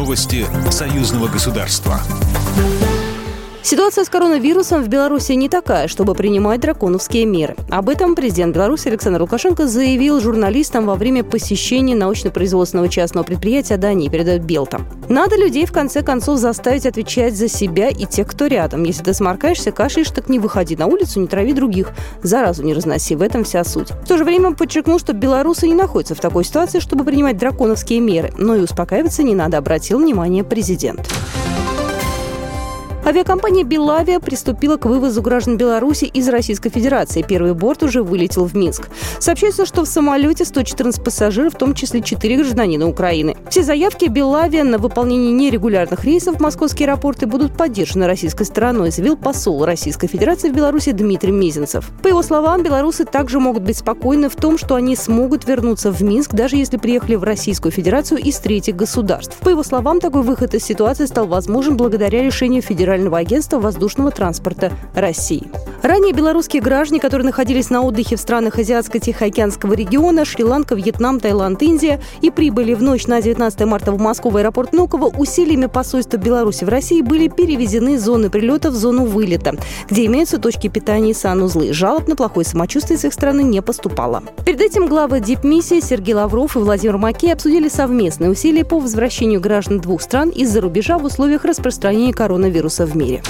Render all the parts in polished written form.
Новости союзного государства. Ситуация с коронавирусом в Беларуси не такая, чтобы принимать драконовские меры. Об этом президент Беларуси Александр Лукашенко заявил журналистам во время посещения научно-производственного частного предприятия Дании, передает Белта. Надо людей, в конце концов, заставить отвечать за себя и тех, кто рядом. Если ты сморкаешься, кашляешь, так не выходи на улицу, не трави других. Заразу не разноси, в этом вся суть. В то же время он подчеркнул, что белорусы не находятся в такой ситуации, чтобы принимать драконовские меры. Но и успокаиваться не надо, обратил внимание президент. Авиакомпания «Белавия» приступила к вывозу граждан Беларуси из Российской Федерации. Первый борт уже вылетел в Минск. Сообщается, что в самолете 114 пассажиров, в том числе 4 гражданина Украины. Все заявки «Белавия» на выполнение нерегулярных рейсов в московские аэропорты будут поддержаны российской стороной, заявил посол Российской Федерации в Беларуси Дмитрий Мезенцев. По его словам, белорусы также могут быть спокойны в том, что они смогут вернуться в Минск, даже если приехали в Российскую Федерацию из третьих государств. По его словам, такой выход из ситуации стал возможен благодаря решению Федерального агентства воздушного транспорта России. Ранее белорусские граждане, которые находились на отдыхе в странах Азиатско-Тихоокеанского региона, Шри-Ланка, Вьетнам, Таиланд, Индия и прибыли в ночь на 19 марта в Москву в аэропорт Внуково, усилиями посольства Беларуси в России были перевезены из зоны прилета в зону вылета, где имеются точки питания и санузлы. Жалоб на плохое самочувствие с их стороны не поступало. Перед этим главы дипмиссии Сергей Лавров и Владимир Макей обсудили совместные усилия по возвращению граждан двух стран из-за рубежа в условиях распространения коронавируса в мире.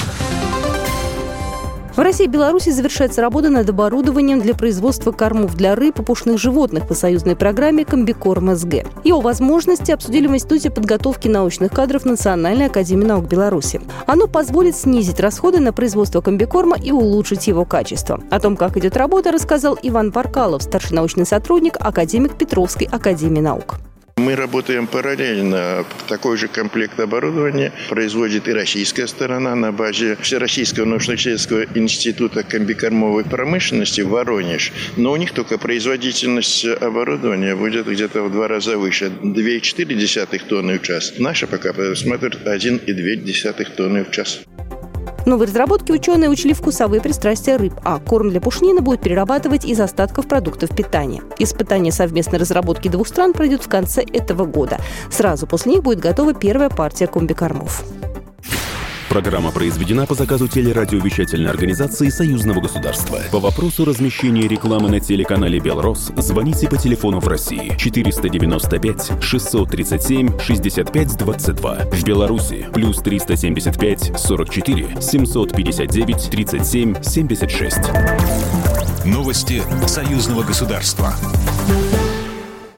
В России и Беларуси завершается работа над оборудованием для производства кормов для рыб и пушных животных по союзной программе «Комбикорм СГ». Его возможности обсудили в Институте подготовки научных кадров Национальной академии наук Беларуси. Оно позволит снизить расходы на производство комбикорма и улучшить его качество. О том, как идет работа, рассказал Иван Паркалов, старший научный сотрудник, академик Петровской академии наук. Мы работаем параллельно. Такой же комплект оборудования производит и российская сторона на базе Всероссийского научно-исследовательского института комбикормовой промышленности в Воронеж. Но у них только производительность оборудования будет где-то в 2 раза выше. 2,4 тонны в час. Наша пока смотрит 1,2 тонны в час. В новой разработке ученые учли вкусовые пристрастия рыб, а корм для пушнины будет перерабатывать из остатков продуктов питания. Испытание совместной разработки двух стран пройдет в конце этого года. Сразу после них будет готова первая партия комбикормов. Программа произведена по заказу телерадиовещательной организации Союзного государства. По вопросу размещения рекламы на телеканале «Белрос» звоните по телефону в России 495 637 65 22. В Беларуси плюс 375 44 759 37 76. Новости Союзного государства.